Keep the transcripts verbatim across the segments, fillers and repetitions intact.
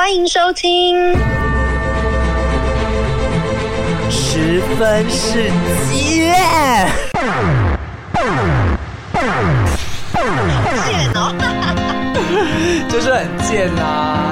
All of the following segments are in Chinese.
欢迎收听十分世界。 贱哦， 就是很贱啊。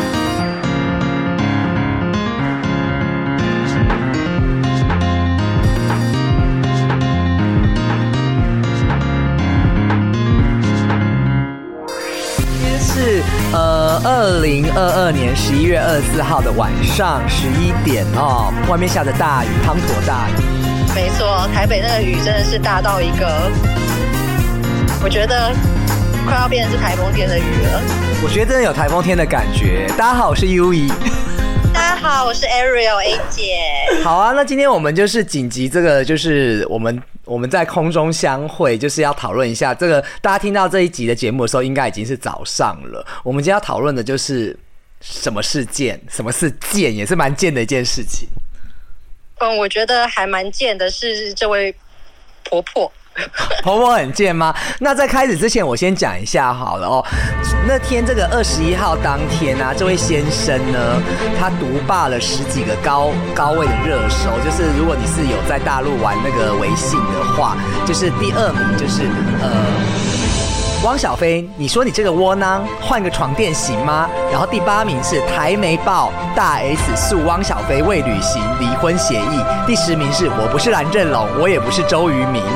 是呃，二零二二年十一月二十四号的晚上十一点哦，外面下着大雨，滂沱大雨。 没错，台北那个雨真的是大到一个，我觉得快要变成是台风天的雨了。 我觉得真的有台风天的感觉。大家好，我是 U E。 大家好，我是 Ariel A 姐。 好啊，那今天我们就是紧急这个，就是我们我们在空中相会，就是要讨论一下这个。大家听到这一集的节目的时候，应该已经是早上了。我们今天要讨论的就是什么是贱，什么是贱，也是蛮贱的一件事情。 嗯，我觉得还蛮贱的是这位婆婆。 婆婆很贱吗？那在开始之前，我先讲一下好了哦。那天这个二十一号当天啊，这位先生呢，他独霸了十几个高高位的热搜。就是如果你是有在大陆玩那个微信的话，就是第二名就是呃汪小菲，你说你这个窝囊，换个床垫行吗？然后第八名是台媒报大 S 诉汪小菲未履行离婚协议。第十名是我不是蓝正龙，我也不是周渝民。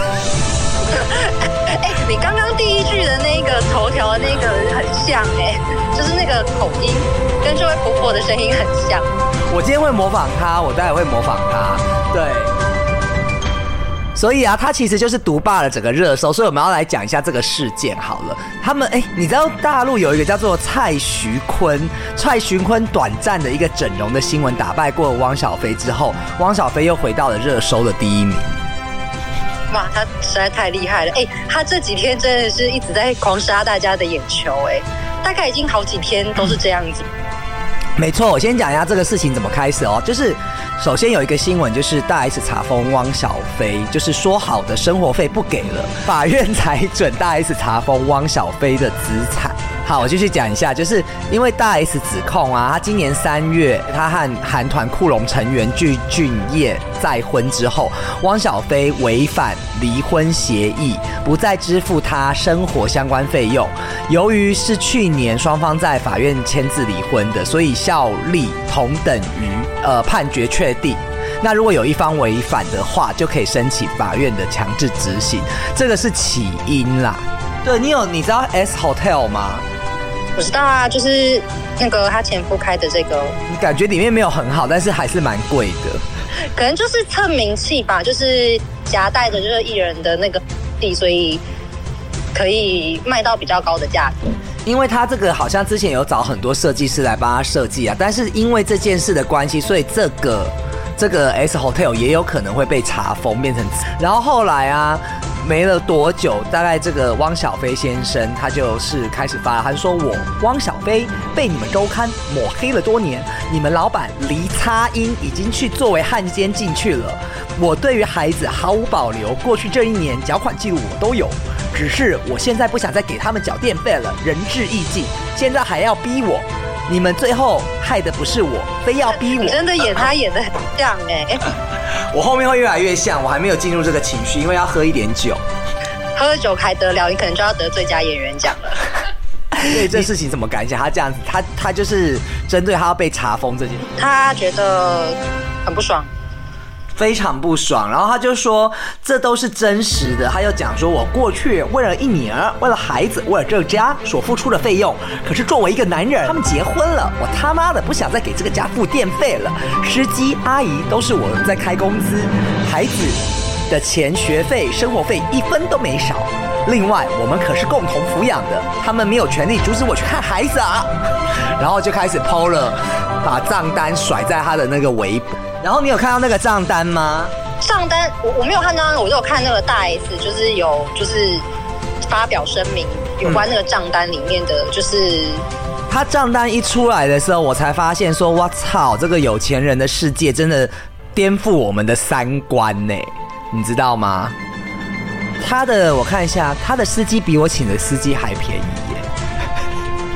哎、欸，你刚刚第一句的那个头条的那个很像哎、欸，就是那个口音跟这位婆婆的声音很像。 我今天会模仿她，我待会会模仿她，对。所以啊，他其实就是独霸了整个热搜，所以我们要来讲一下这个事件好了。他们哎，你知道大陆有一个叫做蔡徐坤，蔡徐坤短暂的一个整容的新闻打败过汪小菲之后，汪小菲又回到了热搜的第一名。 哇，他实在太厉害了！哎，他这几天真的是一直在狂杀大家的眼球，哎，大概已经好几天都是这样子。 没错，我先讲一下这个事情怎么开始哦。就是首先有一个新闻，就是大 S 查封汪小菲，就是说好的生活费不给了，法院裁准大 S 查封汪小菲的资产。好，我继续讲一下，就是因为大 S 指控啊，他今年三月他和韩团酷龙成员具俊晔再婚之后，汪小菲违反离婚协议，不再支付他生活相关费用。由于是去年双方在法院签字离婚的，所以效力同等于呃判决确定。那如果有一方违反的话，就可以申请法院的强制执行，这个是起因啦。对，你有你知道 S Hotel 吗？ 我知道啊，就是那个他前夫开的这个， 感觉里面没有很好，但是还是蛮贵的。 可能就是蹭名气吧，就是夹带着就是艺人的那个地，所以可以卖到比较高的价格。 因为他这个好像之前有找很多设计师来帮他设计啊，但是因为这件事的关系，所以这个这个 S Hotel 也有可能会被查封变成。然后后来啊。没了多久，大概这个汪小菲先生他就是开始发了，他就说我汪小菲被你们周刊抹黑了多年，你们老板黎擦英已经去作为汉奸进去了，我对于孩子毫无保留，过去这一年缴款记录我都有，只是我现在不想再给他们缴电费了，仁至义尽，现在还要逼我，你们最后害的不是我，非要逼我。 你真的演他演得很像哎、欸。 我后面会越来越像，我还没有进入这个情绪，因为要喝一点酒。 喝酒还得了，你可能就要得最佳演员奖了。 对这事情怎么感想？他这样子，他他就是针对他要被查封这件事， 他觉得很不爽。 非常不爽，然后他就说这都是真实的，他又讲说我过去为了一女儿，为了孩子，为了这个家所付出的费用，可是作为一个男人，他们结婚了，我他妈的不想再给这个家付电费了，司机阿姨都是我在开工资，孩子的钱学费生活费一分都没少，另外我们可是共同抚养的，他们没有权利阻止我去看孩子啊，然后就开始 po 了把账单甩在他的那个微博。然后你有看到那个账单吗？ 账单我我没有看到，我就有看那个大 S， 就是有就是发表声明有关那个账单里面的，就是他账单一出来的时候，我才发现说，我操，这个有钱人的世界真的颠覆我们的三观呢，你知道吗？他的我看一下，他的司机比我请的司机还便宜耶。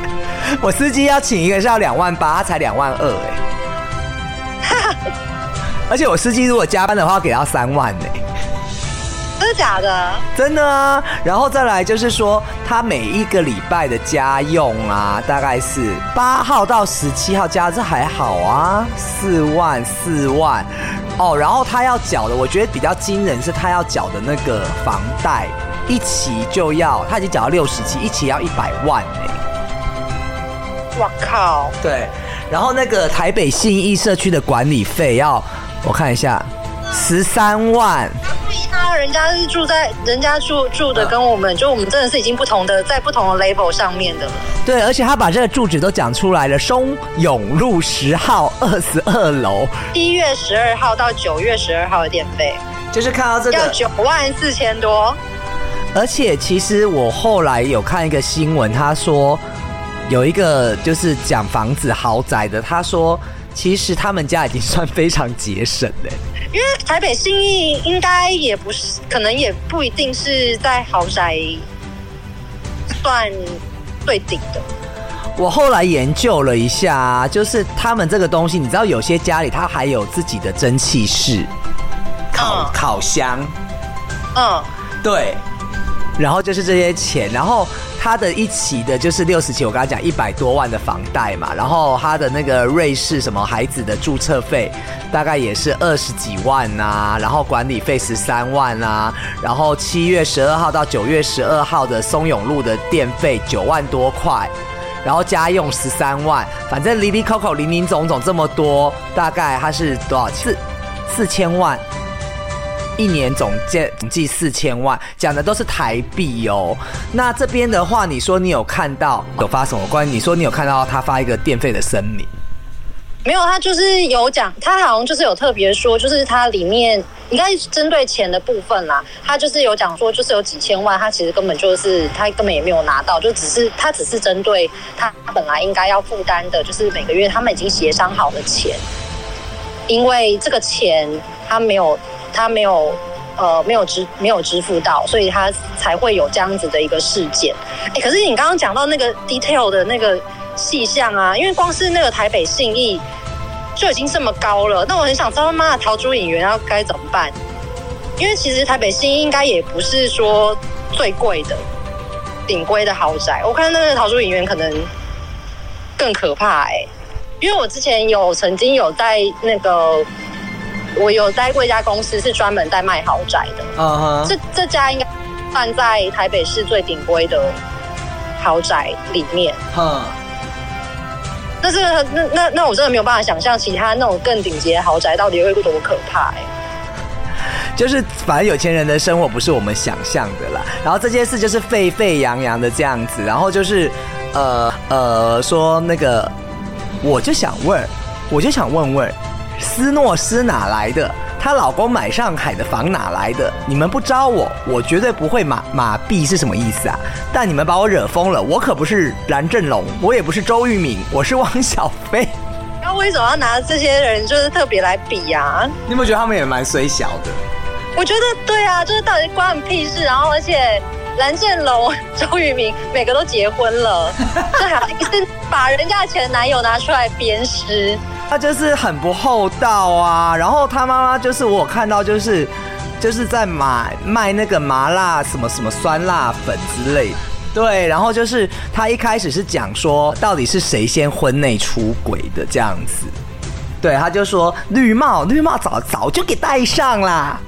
我司机要请一个是要两万八，他才两万二哎。而且我司机如果加班的话，给到三万哎。 真的假的？ 真的啊，然后再来就是说，他每一个礼拜的家用啊，大概是八号到十七号加，这还好啊，四万四万哦。然后他要缴的，我觉得比较惊人是他要缴的那个房贷，一期就要，他已经缴到六十期，一期要一百万哎。 哇靠！ 对，然后那个台北信义社区的管理费要，我看一下。十三万， 不一样啊！人家是住在人家住住的，跟我们、嗯、就我们真的是已经不同的，在不同的 level 上面的了。 对，而且他把这个住址都讲出来了，松永路十号二十二楼， 一月十二号到九月十二号的电费， 就是看到这个要九万四千多。 而且其实我后来有看一个新闻，他说有一个就是讲房子豪宅的，他说其实他们家已经算非常节省了。 因为台北信义应该也不是，可能也不一定是在豪宅算最顶的。 我后来研究了一下，就是他们这个东西，你知道有些家里它还有自己的蒸汽室、烤、嗯、烤箱，嗯，对，然后就是这些钱，然后他的一期的就是六十期，我刚才讲一百多万的房贷嘛，然后他的那个瑞士什么孩子的注册费大概也是二十几万啊，然后管理费十三万啊，然后七月十二号到九月十二号的松永路的电费九万多块，然后家用十三万，反正零零扣扣零零总总这么多，大概它是多少钱？四千万。一年总计总计四千万，讲的都是台币哦。那这边的话，你说你有看到有发什么关于？你说你有看到他发一个电费的声明？ 没有，他就是有讲，他好像就是有特别说，就是他里面应该是针对钱的部分啦，他就是有讲说，就是有几千万，他其实根本就是他根本也没有拿到，就只是他只是针对他本来应该要负担的，就是每个月他们已经协商好的钱，因为这个钱他没有。他没有，呃，没有支没有支付到，所以他才会有这样子的一个事件。哎，可是你刚刚讲到那个 detail 的那个细项啊，因为光是那个台北信义就已经这么高了，那我很想知道，妈的陶朱隐园要该怎么办？因为其实台北信义应该也不是说最贵的、顶规的豪宅，我看那个陶朱隐园可能更可怕哎、欸，因为我之前有曾经有在那个。我有待过一家公司，是专门在卖豪宅的。Uh-huh. 这这家应该算在台北市最顶规的豪宅里面。Uh-huh. 但是那那那我真的没有办法想象，其他那种更顶级的豪宅到底会多可怕哎、欸。 就是反正有钱人的生活不是我们想象的啦。然后这件事就是沸沸扬扬的这样子，然后就是呃呃说那个，我就想问，我就想问问。斯诺斯哪来的？她老公买上海的房哪来的？你们不招我，我绝对不会马马币是什么意思啊？但你们把我惹疯了，我可不是蓝正龙，我也不是周渝民，我是汪小菲。 那为什么要拿这些人就是特别来比啊？ 你有没有觉得他们也蛮衰小的？ 我觉得对啊，就是到底关我屁事？然后而且蓝正龙、周渝民每个都结婚了，这还一直把人家的前男友拿出来鞭尸。 他就是很不厚道啊，然后他妈妈就是我有看到就是就是在买卖那个麻辣什么什么酸辣粉之类的，对，然后就是他一开始是讲说到底是谁先婚内出轨的这样子，对，他就说绿帽绿帽早早就给戴上啦。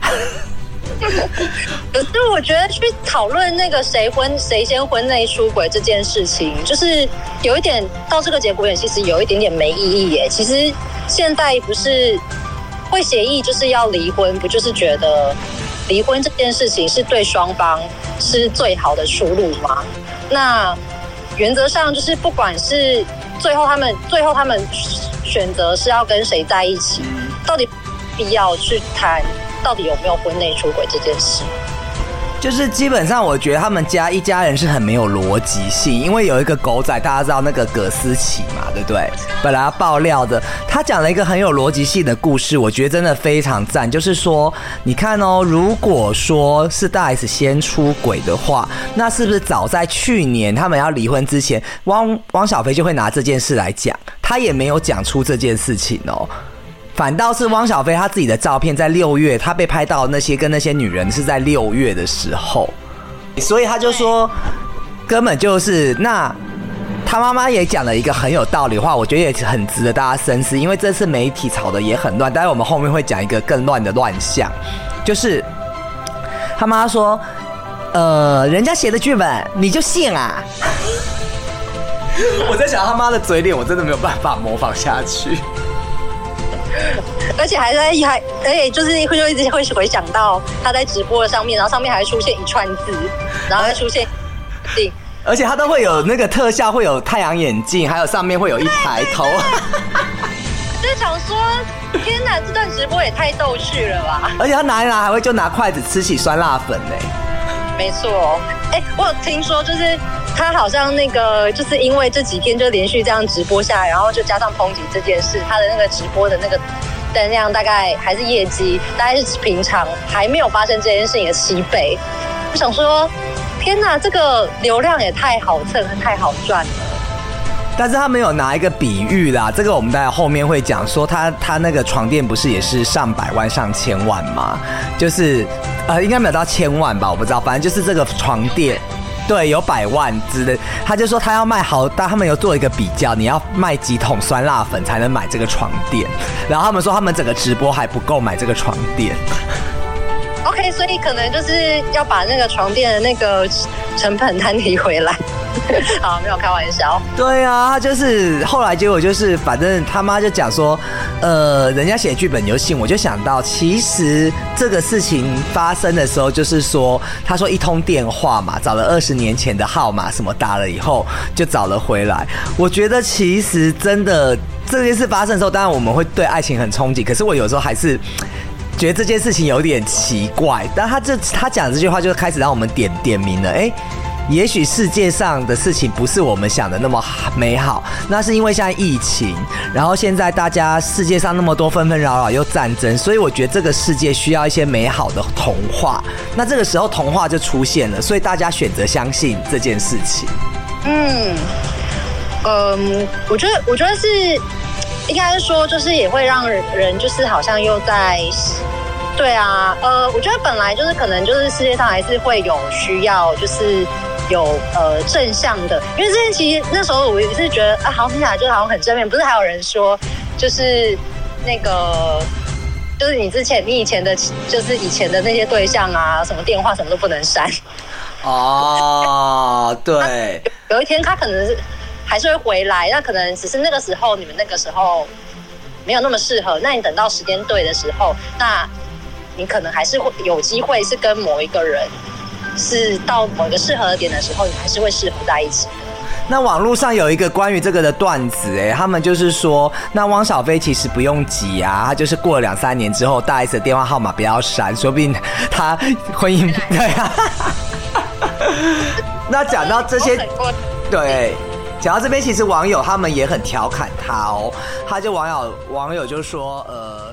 可是我觉得去讨论那个谁婚谁先婚内出轨这件事情，就是有一点到这个节骨眼，其实有一点点没意义耶。其实现在不是会协议就是要离婚，不就是觉得离婚这件事情是对双方是最好的出路吗？那原则上就是不管是最后他们最后他们选择是要跟谁在一起，到底必要去谈到底有没有婚内出轨这件事？ 就是基本上我觉得他们家一家人是很没有逻辑性，因为有一个狗仔，大家知道那个葛思琪嘛，对不对？本来要爆料的，他讲了一个很有逻辑性的故事，我觉得真的非常赞。就是说，你看哦，如果说是大 S 先出轨的话，那是不是早在去年他们要离婚之前，汪汪小菲就会拿这件事来讲？他也没有讲出这件事情哦。反倒是汪小菲他自己的照片，在六月他被拍到那些跟那些女人是在六月的时候，所以他就说根本就是那他妈妈也讲了一个很有道理的话，我觉得也很值得大家深思，因为这次媒体吵得也很乱，待会我们后面会讲一个更乱的乱象，就是他妈说呃人家写的剧本你就信啊。我在想他妈的嘴脸，我真的没有办法模仿下去。 而且还在还，而且就是会就一直会回想到他在直播的上面，然后上面还出现一串字，然后再出现定， 而且他都会有那个特效，会有太阳眼镜，还有上面会有一抬头。 就是想说，天哪，这段直播也太逗趣了吧！ 而且他拿一拿还会就拿筷子吃起酸辣粉呢。 没错，哎、欸，我有听说，就是他好像那个，就是因为这几天就连续这样直播下来，然后就加上抨击这件事，他的那个直播的那个灯量大概还是业绩，大概是平常还没有发生这件事情的七倍。我想说，天哪，这个流量也太好蹭，太好赚了。 但是他没有拿一个比喻啦，这个我们待会后面会讲，说他他那个床垫不是也是上百万上千万吗？就是呃应该没有到千万吧，我不知道，反正就是这个床垫，对，有百万之类。他就说他要卖好，但他们有做一个比较，你要卖几桶酸辣粉才能买这个床垫，然后他们说他们整个直播还不够买这个床垫。 OK， 所以可能就是要把那个床垫的那个成本摊提回来。好，没有开玩笑。 对啊，他就是后来结果就是，反正他妈就讲说，呃，人家写剧本你就信，我就想到，其实这个事情发生的时候，就是说，他说一通电话嘛，找了二十年前的号码，什么打了以后就找了回来。我觉得其实真的这件事发生的时候，当然我们会对爱情很憧憬，可是我有时候还是觉得这件事情有点奇怪。但他这他讲这句话，就开始让我们点点名了，哎。也许世界上的事情不是我们想的那么美好，那是因为现在疫情，然后现在大家世界上那么多纷纷扰扰又战争，所以我觉得这个世界需要一些美好的童话。那这个时候童话就出现了，所以大家选择相信这件事情。 嗯，嗯，我觉得，我觉得是应该是说，就是也会让人就是好像又在。对啊，呃，我觉得本来就是可能就是世界上还是会有需要，就是有呃正向的，因为之前其实那时候我也是觉得啊，好像听起来就好像很正面，不是还有人说就是那个就是你之前你以前的就是以前的那些对象啊，什么电话什么都不能删。 哦，对， 有一天他可能是还是会回来，那可能只是那个时候你们那个时候没有那么适合，那你等到时间对的时候，那你可能还是会有机会是跟某一个人，是到某一个适合的点的时候，你还是会适合在一起的。 那网络上有一个关于这个的段子，哎，他们就是说，那汪小菲其实不用急啊，他就是过了两三年之后，大 S 的电话号码不要删，说不定他婚姻对啊。那讲到这些，对。讲到这边，其实网友他们也很调侃他哦，他就网友网友就说，呃。